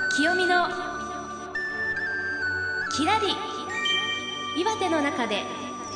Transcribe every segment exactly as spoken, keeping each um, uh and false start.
清美のきらり岩手の中で。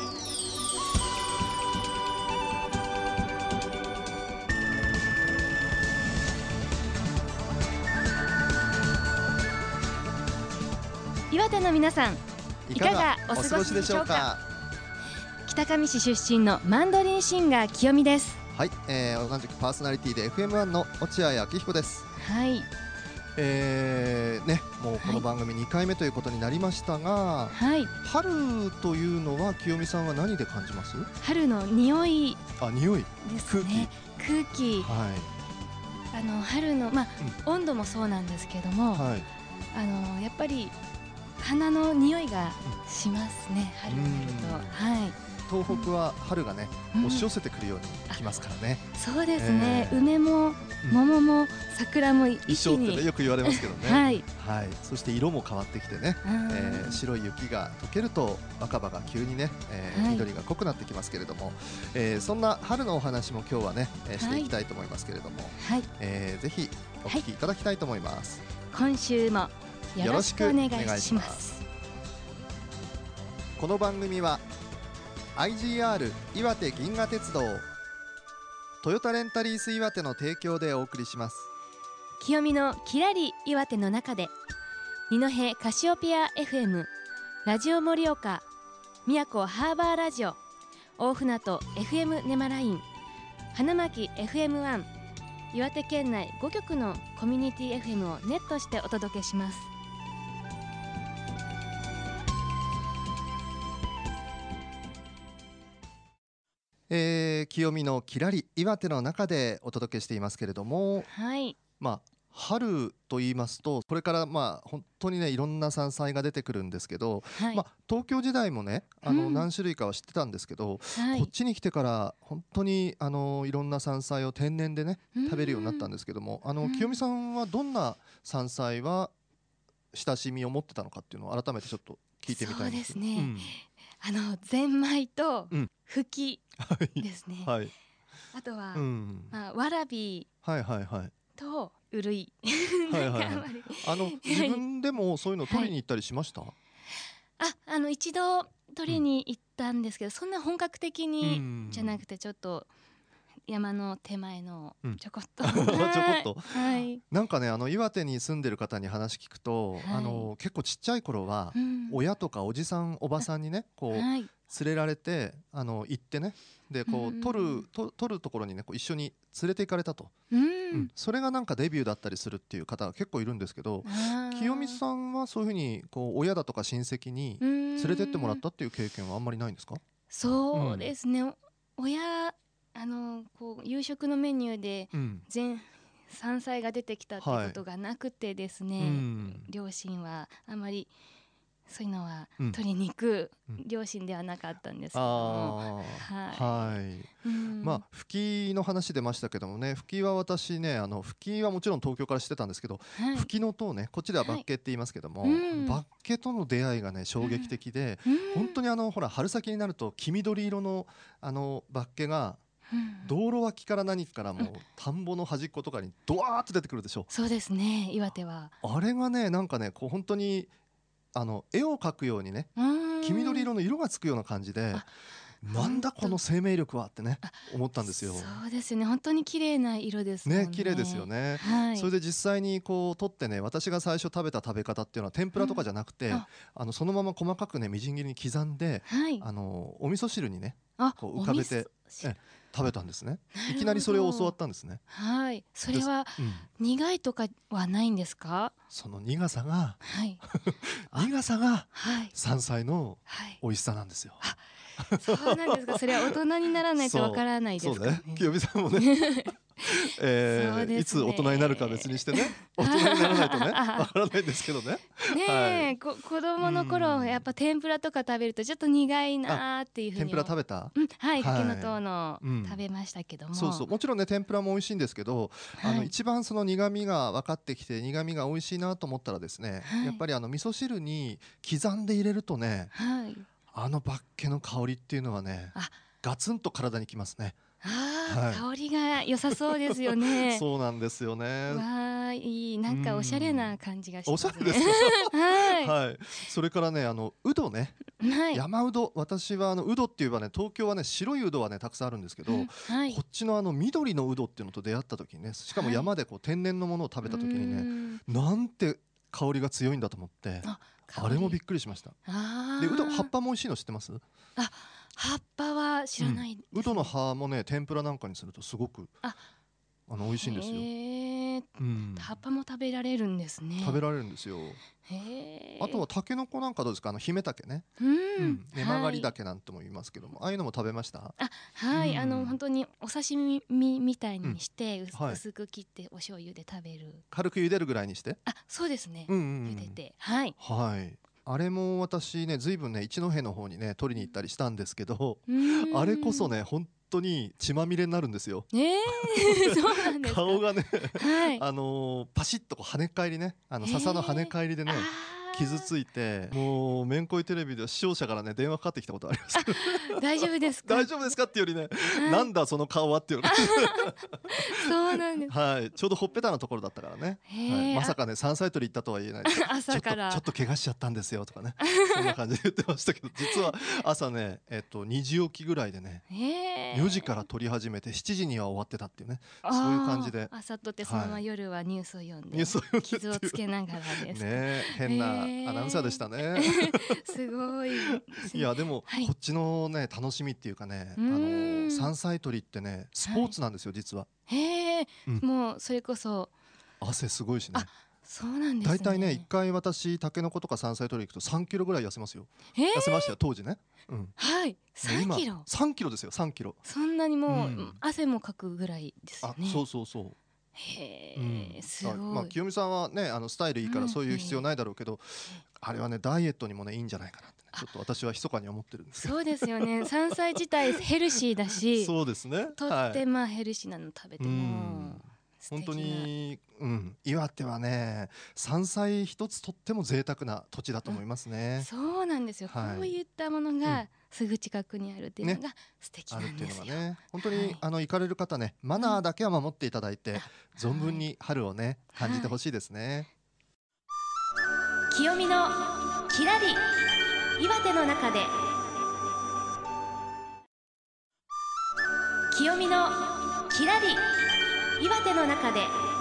岩手の皆さん、いかがお過ごしでしょうか。北上市出身のマンドリンシンガー清美です。 はい、えー、同じくパーソナリティで エフエムワン の落合明彦です。 はい、 えーね、もうこの番組にかいめということになりましたが、 はい、 春というのは清美さんは何で感じます？ 春の匂いあ、匂いですね。空気、 はあの春の、まあう温度もそうなんですけども、 い、はい、 あのやっぱり花の匂いがしますね、春になると。 うんはい、 東北は春がね、 うん押し寄せてくるように来ますからね。 そうですね、 えー梅も桃も桜も一一緒気に、 ってねよく言われますけどね。 はい、 はい、そして色も変わってきてね、 うんえー白い雪が溶けると若葉が急にね、えーはい緑が濃くなってきますけれども、えーそんな春のお話も今日はね、えーしていきたいと思いますけれども、 はい、 えーぜひお聞きいただきたいと思います。 今週もよろしくお願いします。 この番組は アイジーアール 岩手銀河鉄道、トヨタレンタリース岩手の提供でお送りします。 清美のきらり岩手の中で、二戸カシオペア エフエム、 ラジオ盛岡、宮古ハーバーラジオ、大船渡 エフエム ネマライン、花巻 エフエムワン、 岩手県内ごきょくのコミュニティ エフエム をネットしてお届けします。 えー、清美のきらり岩手の中でお届けしていますけれども、 はい、 まあ春と言いますと、これからまあ本当にねいろんな山菜が出てくるんですけど、 はい、 まあ、東京時代もねあのうん何種類かは知ってたんですけど、 はい、 こっちに来てから本当にあのいろんな山菜を天然でねうん食べるようになったんですけども、あうんの清美さんはどんな山菜は親しみを持ってたのかっていうのを改めてちょっと聞いてみたいんですけど。 そうですね、あのゼンマイとうんフキはいですね、 はい、 あとは、 うん、 まあ、わらびはいはいはいとうるいはいはいはいなんかあんまりあの自分でもそういうの取りに行ったりしました？ あ、あの一度取りに行ったんですけど、そんな本格的にうんじゃなくて、ちょっと山の手前のうんちょこっと、 ちょこっとはい、 なんかね、あの岩手に住んでる方に話聞くと、 はいあの結構ちっちゃい頃は、 うん親とかおじさんおばさんにねこう連はい、 れられてあの行ってね、でこうんう取ると取るところにねこう一緒に連れて行かれたと、 うん、 うんそれがなんかデビューだったりするっていう方が結構いるんですけど、 あー清美さんはそういうふうにこう親だとか親戚にうん連れてってもらったっていう経験はあんまりないんですか？ そうですね、お親、あのこう夕食のメニューでうん全山菜が出てきたっていうことがなくてですね、 うん両親はあまりそういうのはうん取りに行くうん両親ではなかったんですけども、 あーははいうんまあ、吹きの話出ましたけどもね、吹きは私ねあの吹きはもちろん東京からしてたんですけど、 はい吹きの塔ねこっちではバッケって言いますけども、 はいうんバッケとの出会いがね衝撃的で、 うん本当にあのほら春先になると黄緑色のあのバッケがうん道路脇から何からもう田んぼの端っことかにドワーッと出てくるでしょ。 そうですね、岩手はあれがねなんかねこう本当にあの絵を描くようにね黄緑色の色がつくような感じで、 あなんだこの生命力はってねあ思ったんですよ。 そうですよね、本当に綺麗な色ですもんね。 ね綺麗ですよね、 はい、 それで実際にこう取ってね、私が最初食べた食べ方っていうのは天ぷらとかじゃなくて、 うんああのそのまま細かくねみじん切りに刻んで、 はい、 あのお味噌汁にねあこう浮かべてお味噌汁え食べたんですね。 なるほどいきなりそれを教わったんですね。 はい、それはうん、 苦いとかはないんですか？ その苦さがはいあ苦さがはい山菜のはい、 美味しさなんですよ。 そうなんですか。それは大人にならないとわからないですかね。 そうね、清美さんもねえーそうですねいつ大人になるか別にしてね大人にならないとねわからないんですけどね。 ねえ、 はいこ子供の頃うんやっぱ天ぷらとか食べるとちょっと苦いなーっていうふうに天ぷら食べた？ うん、はい、 はい吹きの塔のうん食べましたけども、 そうそうもちろんね天ぷらも美味しいんですけど、あのはい一番その苦味が分かってきて苦味が美味しいなと思ったらですね、 はいやっぱりあの味噌汁に刻んで入れるとね、 はい、 あのバッケの香りっていうのはねあガツンと体にきますね。 あ、 はい、 香りが良さそうですよね。 そうなんですよね。 わあ、いい、なんかおしゃれな感じがしますね。 おしゃれですかはい、 はい、それからね、あのうどね、 はい、 山うど、私はあのうどって言えばね、東京はね白いうどはねたくさんあるんですけど、 うん、はい、 こっちのあの緑のうどっていうのと出会った時にね、しかも山でこう天然のものを食べた時にね、 うーん、 なんて香りが強いんだと思って、 あ、香り、 あれもびっくりしました。 あでうど葉っー、 ぱも美味しいの知ってます？ あ、葉っぱは知うん、 らないですね。 うどの葉もね天ぷらなんかにするとすごくあ、 あの美味しいんですよ。 へえ、 うん、 葉っぱも食べられるんですね。 食べられるんですよ。 へえ、 あとはタケノコなんかどうですか？あの姫タケね、 ううん、 ん、根曲がりはい。 竹なんとも言いますけども、ああいうのも食べました？ あ、はい、あのうん本当にお刺身みたいうんにして薄はい、 薄く切ってお醤油で食べる。 軽く茹でるぐらいにして、 あ、そうですね。 うんうんうん茹でて、はい。 はい、あれも私ねずいぶんね一戸の方にね取りに行ったりしたんですけど、 うーあれこそん。 ね本当に血まみれになるんですよ。 ええそうなんですか。 顔がねはい。 あのーパシッとこう跳ね返りね、あの笹の跳ねへえ。 返りであね傷ついて、もうめんこいテレビでは視聴者からね電話かかってきたことあります。 あ、大丈夫ですか。 大丈夫ですかっていうよりね、 はい。 なんだその顔はっていうねそうなんです。 はい、ちょうどほっぺたのところだったからね、はい、 へえ、あ、 まさかね山菜採り行ったとは言えないです。ちょっとちょ朝から。 っと怪我しちゃったんですよとかねそんな感じで言ってましたけど、実は朝ね、えっと、にじ起きぐらいでねへえ。 よじから撮り始めてしちじには終わってたっていうね、そういう感じあであ、朝とってそのままはい夜はニュースを読んでニュースを読んで傷をっていうつけながらですか。 ね、変なアナウンサーでしたねすごい。 いやでもはい。 こっちのね楽しみっていうかね、 うあのーん。 山菜採りってねスポーツなんですよ実は。 へえ、 うん、 もうそれこそ、 汗すごいしあ、 ね、 そうなんですだいたいねいっね。 かい私タケノコとか山菜採り行くとさんキロぐらい痩せますよ。 へえ、 痩せましたよ当時ね、うん、 はい、3 もう今キロ。 さんキロですよさんキロ。 そんなにうもう、 ん、 汗もかくぐらいですよあそね。 うそうそう、うへえ、 ん、だまあすごい。 清美さんはねあのスタイルいいからうん、 そういう必要ないええ、 だろうけど、あれはねダイエットにもねいいんじゃないかなってねちょっと私は密かに思ってるんですけど。 そうですよね。山菜自体ヘルシーだし、 そうですね、 とってはい、 まあヘルシーなの食べてうもん本当素敵な。 に、うん、岩手はね山菜一つとっても贅沢な土地だと思いますね。 そうなんですよ。こはい、 ういったものうんがすぐ近くにあるっていうのね、 が素敵あるっていうなんですよ。 のがね本当にはい。 あの行かれる方ねマナーだけは守っていただいて、存分はい。 に春をね感じてほしいですね。 清見のきらり岩手の中で、清見のきらり岩手の中で。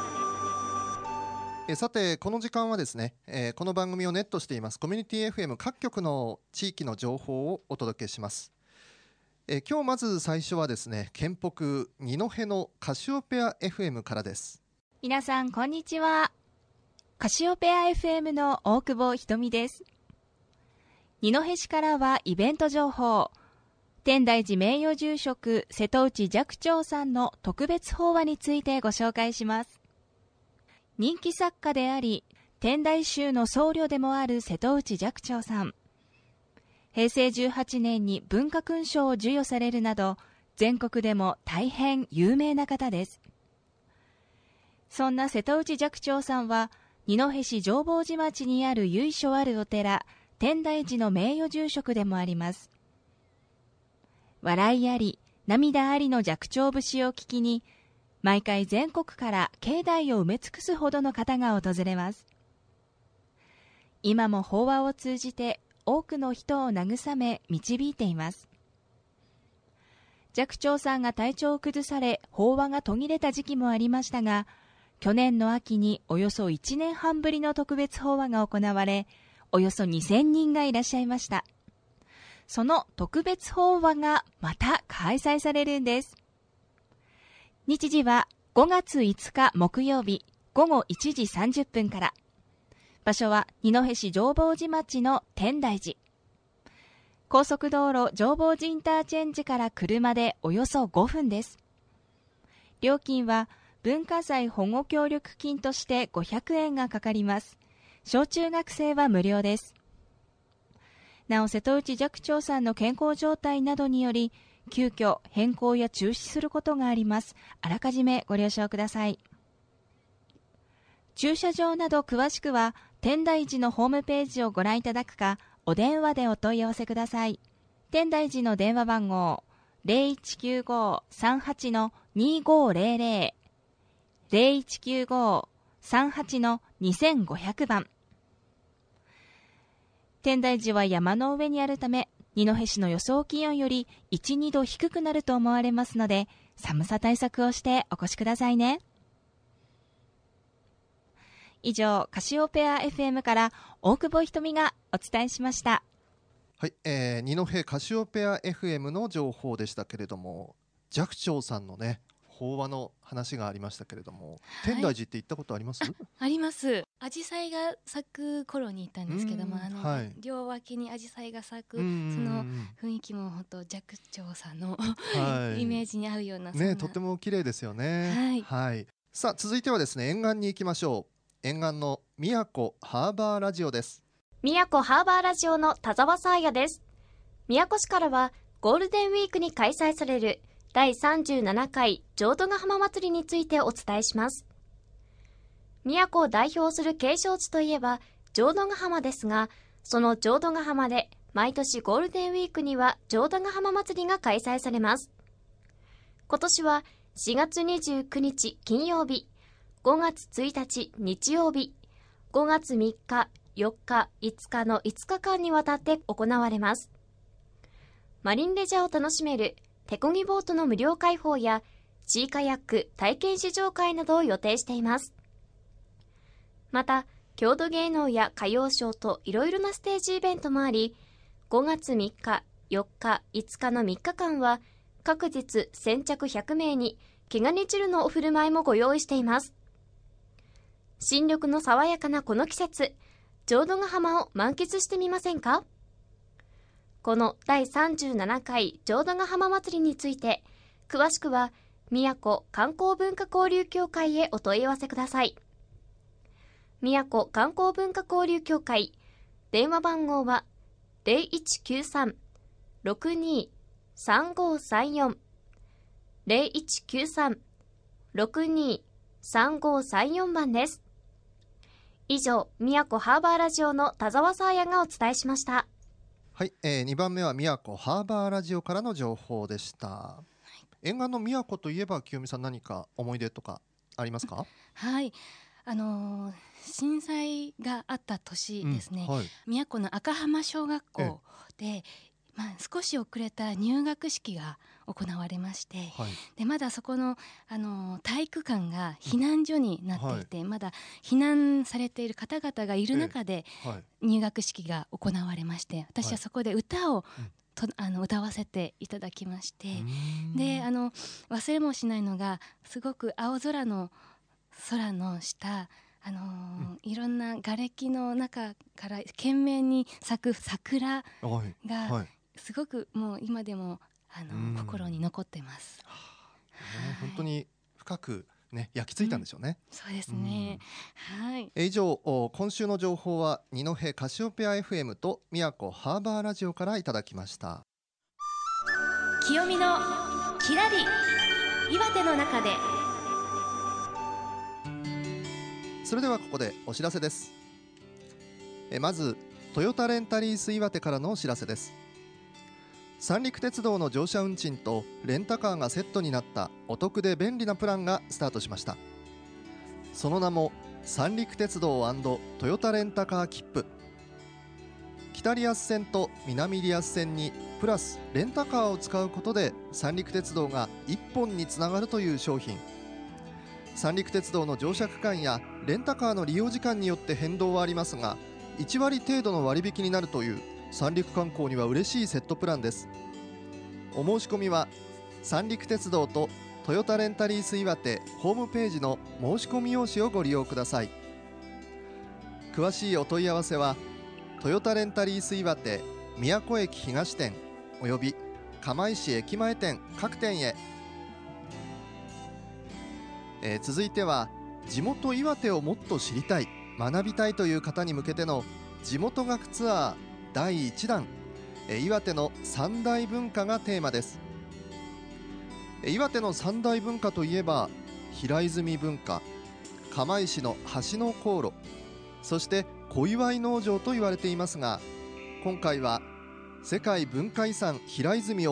えさてこの時間はですね、えーこの番組をネットしていますコミュニティ エフエム 各局の地域の情報をお届けします。えー今日まず最初はですね県北二戸のカシオペア エフエム からです。 皆さんこんにちは。カシオペア エフエム の大久保ひとみです。二戸市からはイベント情報、天台寺名誉住職瀬戸内寂聴さんの特別法話についてご紹介します。人気作家であり天台宗の僧侶でもある瀬戸内寂聴さん、へいせいじゅうはちねんに文化勲章を授与されるなど全国でも大変有名な方です。そんな瀬戸内寂聴さんは二戸市浄法寺町にある由緒あるお寺天台寺の名誉住職でもあります。笑いあり涙ありの寂聴節を聞きに毎回全国から境内を埋め尽くすほどの方が訪れます。今も法話を通じて多くの人を慰め導いています。寂聴さんが体調を崩され法話が途切れた時期もありましたが、去年の秋におよそいちねんはんぶりの特別法話が行われ、およそにせんにんがいらっしゃいました。その特別法話がまた開催されるんです。日時はごがついつか木曜日ごごいちじさんじゅっぷんから。場所は二戸市浄法寺町の天台寺。高速道路浄法寺インターチェンジから車でおよそごふんです。料金は文化財保護協力金としてごひゃくえんがかかります。小中学生は無料です。なお瀬戸内寂聴さんの健康状態などにより急遽変更や中止することがあります。あらかじめご了承ください。駐車場など詳しくは天台寺のホームページをご覧いただくかお電話でお問い合わせください。天台寺の電話番号ゼロいちきゅうご さんはち にごゼロゼロ ゼロいちきゅうご さんはち にごゼロゼロ 番。天台寺は山の上にあるため、二戸市の予想気温よりいち、にど低くなると思われますので、寒さ対策をしてお越しくださいね。以上、カシオペア エフエム から大久保ひとみがお伝えしました。 はい、えー、二戸カシオペア エフエム の情報でしたけれども、寂聴さんのね法話の話がありましたけれども、はい、天台寺って行ったことあります？ あ, あります。アジサイが咲く頃に行ったんですけども、あの、はい、両脇にアジサイが咲くその雰囲気も本当寂聴さんの、はい、イメージに合うような、 ね、とても綺麗ですよね。はい、はい、さあ続いてはですね、沿岸に行きましょう。沿岸の宮古ハーバーラジオです。 宮古ハーバーラジオの田沢沙耶です。宮古市からはゴールデンウィークに開催されるだいさんじゅうななかい浄土ヶ浜祭りについてお伝えします。宮古を代表する景勝地といえば浄土ヶ浜ですが、その浄土ヶ浜で毎年ゴールデンウィークには浄土ヶ浜祭りが開催されます。今年はしがつにじゅうくにち金曜日、ごがつついたち日曜日、ごがつみっか、よっか、いつかのいつかかんにわたって行われます。マリンレジャーを楽しめる手漕ぎボートの無料開放やシーカヤック体験試乗会などを予定しています。また、郷土芸能や歌謡ショーといろいろなステージイベントもあり、ごがつみっか、よっか、いつかのみっかかんは各日先着ひゃくめいに毛ガニ汁のお振る舞いもご用意しています。新緑の爽やかなこの季節、浄土ヶ浜を満喫してみませんか？このだいさんじゅうななかい浄土ヶ浜祭りについて、詳しくは宮古観光文化交流協会へお問い合わせください。宮古観光文化交流協会、電話番号は ゼロいちきゅうさん ろくにー さんごーさんよん ゼロいちきゅうさん ろくにー さんごーさんよん 番です。以上、宮古ハーバーラジオの田沢沙耶がお伝えしました。 はい、えー、にばんめは宮古ハーバーラジオからの情報でした。はい、沿岸の宮古といえば清美さん、何か思い出とかありますか？ はい、あのー、震災があった年ですね、うんはい、宮古の赤浜小学校で、まあ、少し遅れた入学式が行われまして、はい、でまだそこの、あのー、体育館が避難所になっていて、はい、まだ避難されている方々がいる中で入学式が行われまして、私はそこで歌を、はいとあの歌わせていただきまして、であの忘れもしないのが、すごく青空の空の下、あのーうん、いろんな瓦礫の中から懸命に咲く桜がすごくもう今でもあの心に残ってます。はあ、ね、本当に深くね、焼き付いたんでしょうね。 うん、そうですね。はい。 以上、今週の情報は二戸カシオペア エフエム と宮古ハーバーラジオからいただきました。 清美のきらり岩手の中で。 それではここでお知らせです。えまずトヨタレンタリース岩手からのお知らせです。三陸鉄道の乗車運賃とレンタカーがセットになったお得で便利なプランがスタートしました。その名も三陸鉄道&トヨタレンタカー切符。北リアス線と南リアス線にプラスレンタカーを使うことで三陸鉄道が一本につながるという商品。三陸鉄道の乗車区間やレンタカーの利用時間によって変動はありますが、いちわり程度の割引になるという三陸観光には嬉しいセットプランです。お申し込みは三陸鉄道とトヨタレンタリース岩手ホームページの申し込み用紙をご利用ください。詳しいお問い合わせはトヨタレンタリース岩手宮古駅東店および釜石駅前店各店へ。えー、続いては地元岩手をもっと知りたい学びたいという方に向けての地元学ツアーだいいちだん、えー、岩手の三大文化がテーマです。えー、岩手の三大文化といえば平泉文化、釜石の橋の航路、そして小岩農場と言われていますが、今回は世界文化遺産平泉を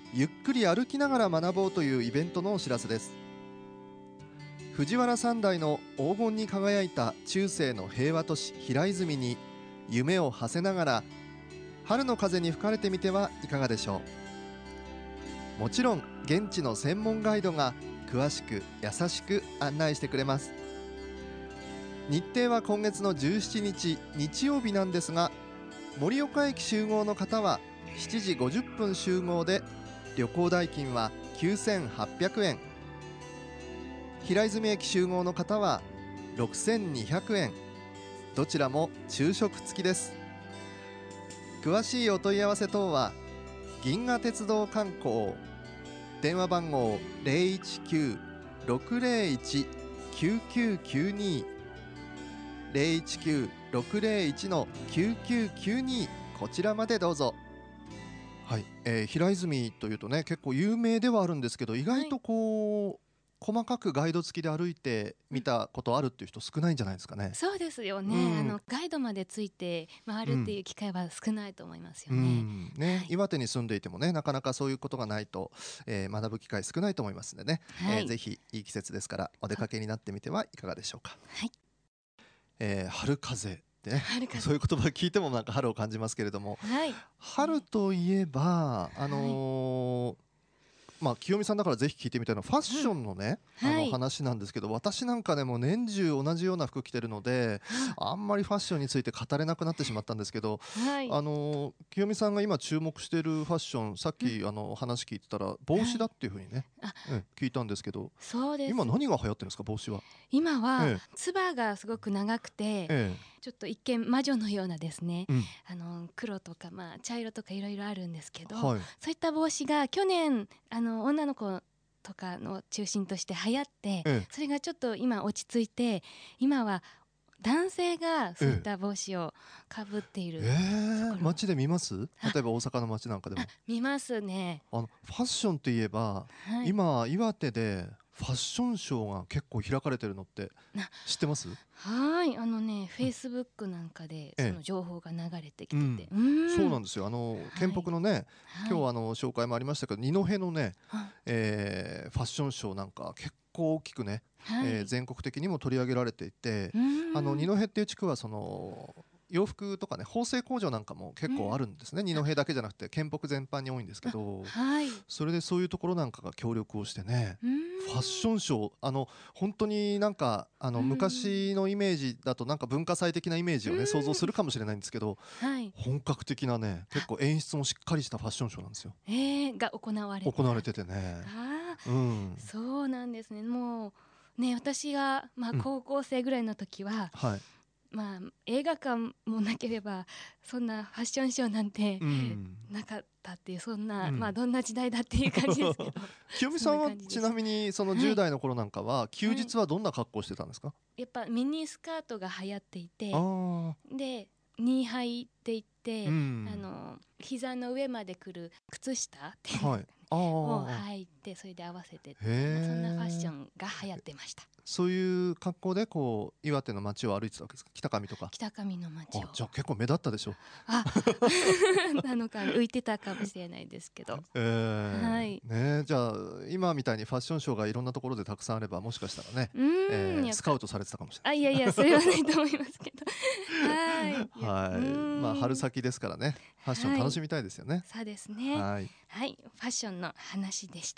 ゆっくり歩きながら学ぼうというイベントのお知らせです。藤原三代の黄金に輝いた中世の平和都市平泉に夢を馳せながら春の風に吹かれてみてはいかがでしょう。もちろん現地の専門ガイドが詳しく優しく案内してくれます。日程は今月のじゅうしちにち日曜日なんですが、盛岡駅集合の方はしちじごじゅっぷん集合で旅行代金はきゅうせんはっぴゃくえん、平泉駅集合の方はろくせんにひゃくえん、どちらも昼食付きです。詳しいお問い合わせ等は銀河鉄道観光電話番号 ゼロいちきゅう ろくゼロいち きゅうきゅうきゅうに ゼロいちきゅう ろくゼロいち きゅうきゅうきゅうに こちらまでどうぞ。はい、えー、平泉というとね結構有名ではあるんですけど、意外とこう、はい、細かくガイド付きで歩いて見たことあるっていう人少ないんじゃないですかね。 そうですよね、うん、あのガイドまでついて回るっていう機会は少ないと思いますよね、 うんね、 はい、 岩手に住んでいてもねなかなかそういうことがないと、えー、学ぶ機会少ないと思いますのでね、はい、えー、ぜひいい季節ですからお出かけになってみてはいかがでしょうか。 はい、 えー、春風ね、そういう言葉聞いてもなんか春を感じますけれども、 はい、 春といえばあのーはい、まあ、清美さんだからぜひ聞いてみたいのはファッションのね、うん、あの話なんですけど、はい、私なんかでも年中同じような服着てるので、あんまりファッションについて語れなくなってしまったんですけど、はい、あの清美さんが今注目しているファッション、さっき、うん、あの話聞いてたら帽子だっていうふうにね、はい、うん、聞いたんですけど、 そうです。 今何が流行ってるんですか帽子は。 今は、ええ、つばがすごく長くて、ええ、ちょっと一見魔女のようなですね、うん、あの黒とか、まあ、茶色とかいろいろあるんですけど、はい、そういった帽子が去年あの女の子とかの中心として流行って、ええ、それがちょっと今落ち着いて、今は男性がそういった帽子をかぶっている、えー、街で見ます？例えば大阪の街なんかでも見ますね。 あのファッションって言えば、はい、今岩手でファッションショーが結構開かれてるのって知ってます？ はい、あのね、フェイスブックなんかでその情報が流れてきてて、 ええ、うん、そうなんですよ。あの県北のね、はい、今日あの紹介もありましたけど二戸のね、はい、えー、ファッションショーなんか結構大きくね、はい、えー、全国的にも取り上げられていて、あの二戸っていう地区はその洋服とかね縫製工場なんかも結構あるんですね、うん、二戸だけじゃなくて県北全般に多いんですけど、はい、それでそういうところなんかが協力をしてね、ファッションショー、あの本当になんかあの昔のイメージだとなんか文化祭的なイメージをね想像するかもしれないんですけど、はい、本格的なね結構演出もしっかりしたファッションショーなんですよ、 えー、が行われて行われててね。 あ、うん、そうなんですね。もうね、私が、まあ、高校生ぐらいの時は、うん、はい、まあ、映画館もなければそんなファッションショーなんてなかったっていう、そんな、うん、まあ、どんな時代だっていう感じですけど清美さんはちなみにそのじゅう代の頃なんかは休日はどんな格好してたんですか？はい、 やっぱミニスカートが流行っていて、でニーハイって言って、うん、あの膝の上までくる靴下っていうの、はい、を履いて、それで合わせて、そんなファッションが流行ってました。 そういう格好でこう岩手の街を歩いてたわけですか？北上とか。 北上の街を。 あ、じゃあ結構目立ったでしょ。 あなのか浮いてたかもしれないですけど、えーはいね、じゃあ今みたいにファッションショーがいろんなところでたくさんあればもしかしたらね、えー、スカウトされてたかもしれない。 あ、いやいやそれはないと思いますけどはい、 はい、まあ、春先ですからねファッション楽しみたいですよね、はい、 そうですね、はい、はい、ファッションの話でした。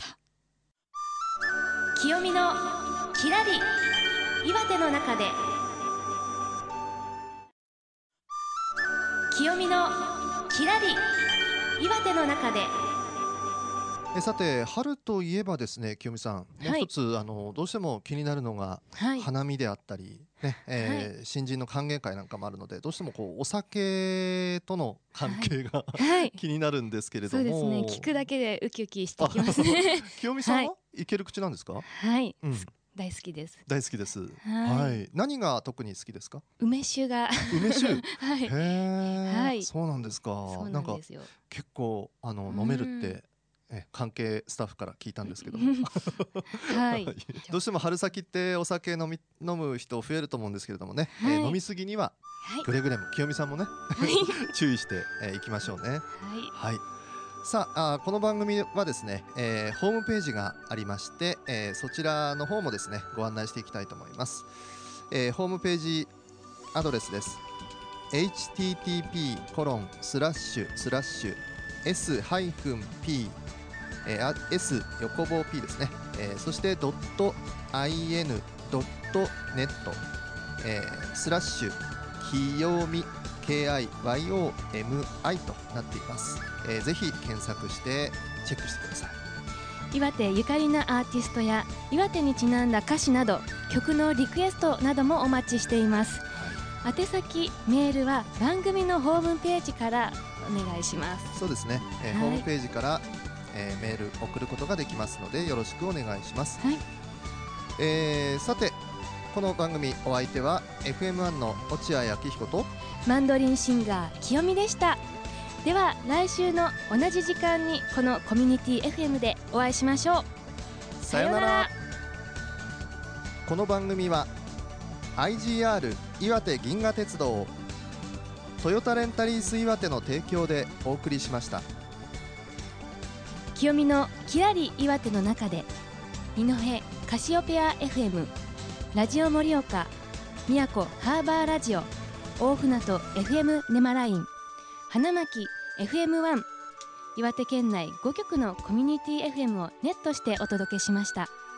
清美のきらり岩手の中で、清美のきらり岩手の中で。 えさて春といえばですね、清美さん、もう一つ、はい、あのどうしても気になるのが、はい、花見であったり、ね、えーはい、新人の歓迎会なんかもあるので、どうしてもこうお酒との関係が、はい、気になるんですけれども、 そうですね、聞くだけでウキウキしてきますね清美さんは、はい、いける口なんですか？ はい、うん、大好きです。 大好きです。はい、はい、何が特に好きですか？ 梅酒が梅酒はい、 へー、 はい、 そうなんですか。 そうなんですよ。 なんか結構あの飲めるってえ関係スタッフから聞いたんですけどはい、どうしても春先ってお酒飲み飲む人増えると思うんですけれどもね、はい、えー、飲みすぎにはくれぐれも清美さんもね、はい、注意してい、えー、きましょうね。はい、はい、 さあ、あこの番組はですね、えー、ホームページがありまして、えー、そちらの方もですねご案内していきたいと思います。えー、ホームページアドレスです。 エイチティーティーピーコロンスラッシュスラッシュエスハイフンピーえー、S 横棒 P ですね、えー、そしてドット .in ドット ネット、えー、スラッシュきよみ ケーアイワイオーエムアイ となっています。えー、ぜひ検索してチェックしてください。岩手ゆかりのアーティストや岩手にちなんだ歌詞など曲のリクエストなどもお待ちしています。はい、宛先メールは番組のホームページからお願いします。 そうですね、えーはい、ホームページからえー、メール送ることができますのでよろしくお願いします。はい、えー、さてこの番組お相手は エフエムワン の落合明彦とマンドリンシンガー清美でした。では来週の同じ時間にこのコミュニティ エフエム でお会いしましょう。 さようなら。この番組は アイジーアール 岩手銀河鉄道トヨタレンタリース岩手の提供でお送りしました。 清美のきらり岩手の中で二戸カシオペア エフエム、 ラジオ盛岡、宮古ハーバーラジオ、大船渡 エフエム ネマライン、花巻 エフエムワン、 岩手県内ごきょくのコミュニティ エフエム をネットしてお届けしました。